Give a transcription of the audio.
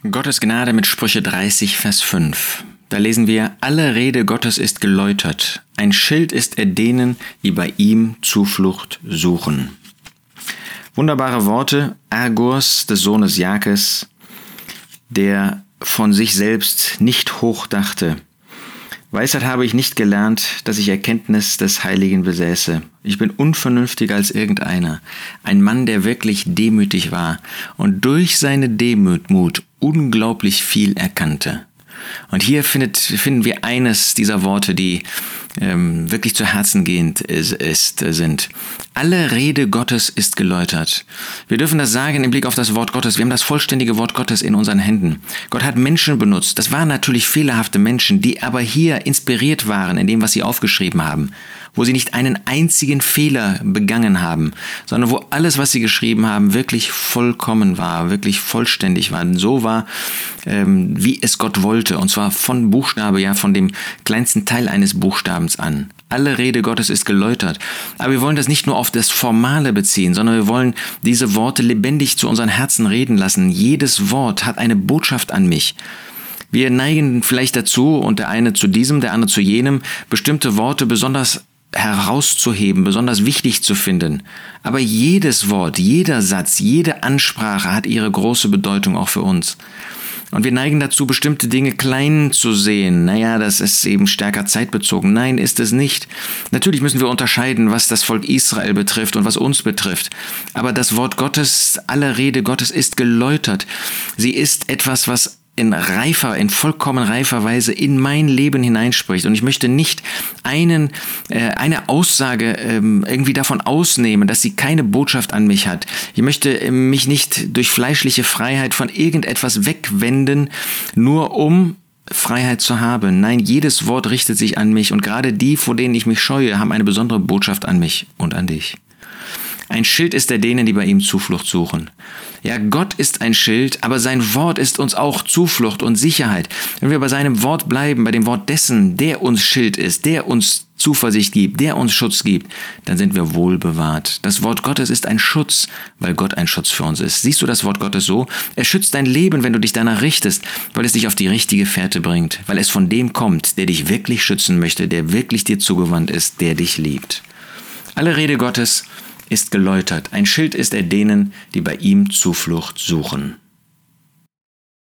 Gottes Gnade mit Sprüche 30, Vers 5. Da lesen wir: Alle Rede Gottes ist geläutert, ein Schild ist er denen, die bei ihm Zuflucht suchen. Wunderbare Worte Agurs, des Sohnes Jakes, der von sich selbst nicht hoch dachte. Weisheit habe ich nicht gelernt, dass ich Erkenntnis des Heiligen besäße. Ich bin unvernünftiger als irgendeiner. Ein Mann, der wirklich demütig war und durch seine Demut unglaublich viel erkannte. Und hier finden wir eines dieser Worte, die wirklich zu Herzen gehend sind. Alle Rede Gottes ist geläutert. Wir dürfen das sagen im Blick auf das Wort Gottes. Wir haben das vollständige Wort Gottes in unseren Händen. Gott hat Menschen benutzt. Das waren natürlich fehlerhafte Menschen, die aber hier inspiriert waren in dem, was sie aufgeschrieben haben. Wo sie nicht einen einzigen Fehler begangen haben, sondern wo alles, was sie geschrieben haben, wirklich vollkommen war, wirklich vollständig war. So war, wie es Gott wollte. Und zwar von Buchstabe, ja, von dem kleinsten Teil eines Buchstabens an. Alle Rede Gottes ist geläutert. Aber wir wollen das nicht nur auf das Formale beziehen, sondern wir wollen diese Worte lebendig zu unseren Herzen reden lassen. Jedes Wort hat eine Botschaft an mich. Wir neigen vielleicht dazu, und der eine zu diesem, der andere zu jenem, bestimmte Worte besonders herauszuheben, besonders wichtig zu finden. Aber jedes Wort, jeder Satz, jede Ansprache hat ihre große Bedeutung auch für uns. Und wir neigen dazu, bestimmte Dinge klein zu sehen. Naja, das ist eben stärker zeitbezogen. Nein, ist es nicht. Natürlich müssen wir unterscheiden, was das Volk Israel betrifft und was uns betrifft. Aber das Wort Gottes, alle Rede Gottes ist geläutert. Sie ist etwas, was in vollkommen reifer Weise in mein Leben hineinspricht. Und ich möchte nicht eine Aussage irgendwie davon ausnehmen, dass sie keine Botschaft an mich hat. Ich möchte mich nicht durch fleischliche Freiheit von irgendetwas wegwenden, nur um Freiheit zu haben. Nein, jedes Wort richtet sich an mich und gerade die, vor denen ich mich scheue, haben eine besondere Botschaft an mich und an dich. Ein Schild ist er denen, die bei ihm Zuflucht suchen. Ja, Gott ist ein Schild, aber sein Wort ist uns auch Zuflucht und Sicherheit. Wenn wir bei seinem Wort bleiben, bei dem Wort dessen, der uns Schild ist, der uns Zuversicht gibt, der uns Schutz gibt, dann sind wir wohl bewahrt. Das Wort Gottes ist ein Schutz, weil Gott ein Schutz für uns ist. Siehst du das Wort Gottes so? Er schützt dein Leben, wenn du dich danach richtest, weil es dich auf die richtige Fährte bringt, weil es von dem kommt, der dich wirklich schützen möchte, der wirklich dir zugewandt ist, der dich liebt. Alle Rede Gottes ist geläutert. Ein Schild ist er denen, die bei ihm Zuflucht suchen.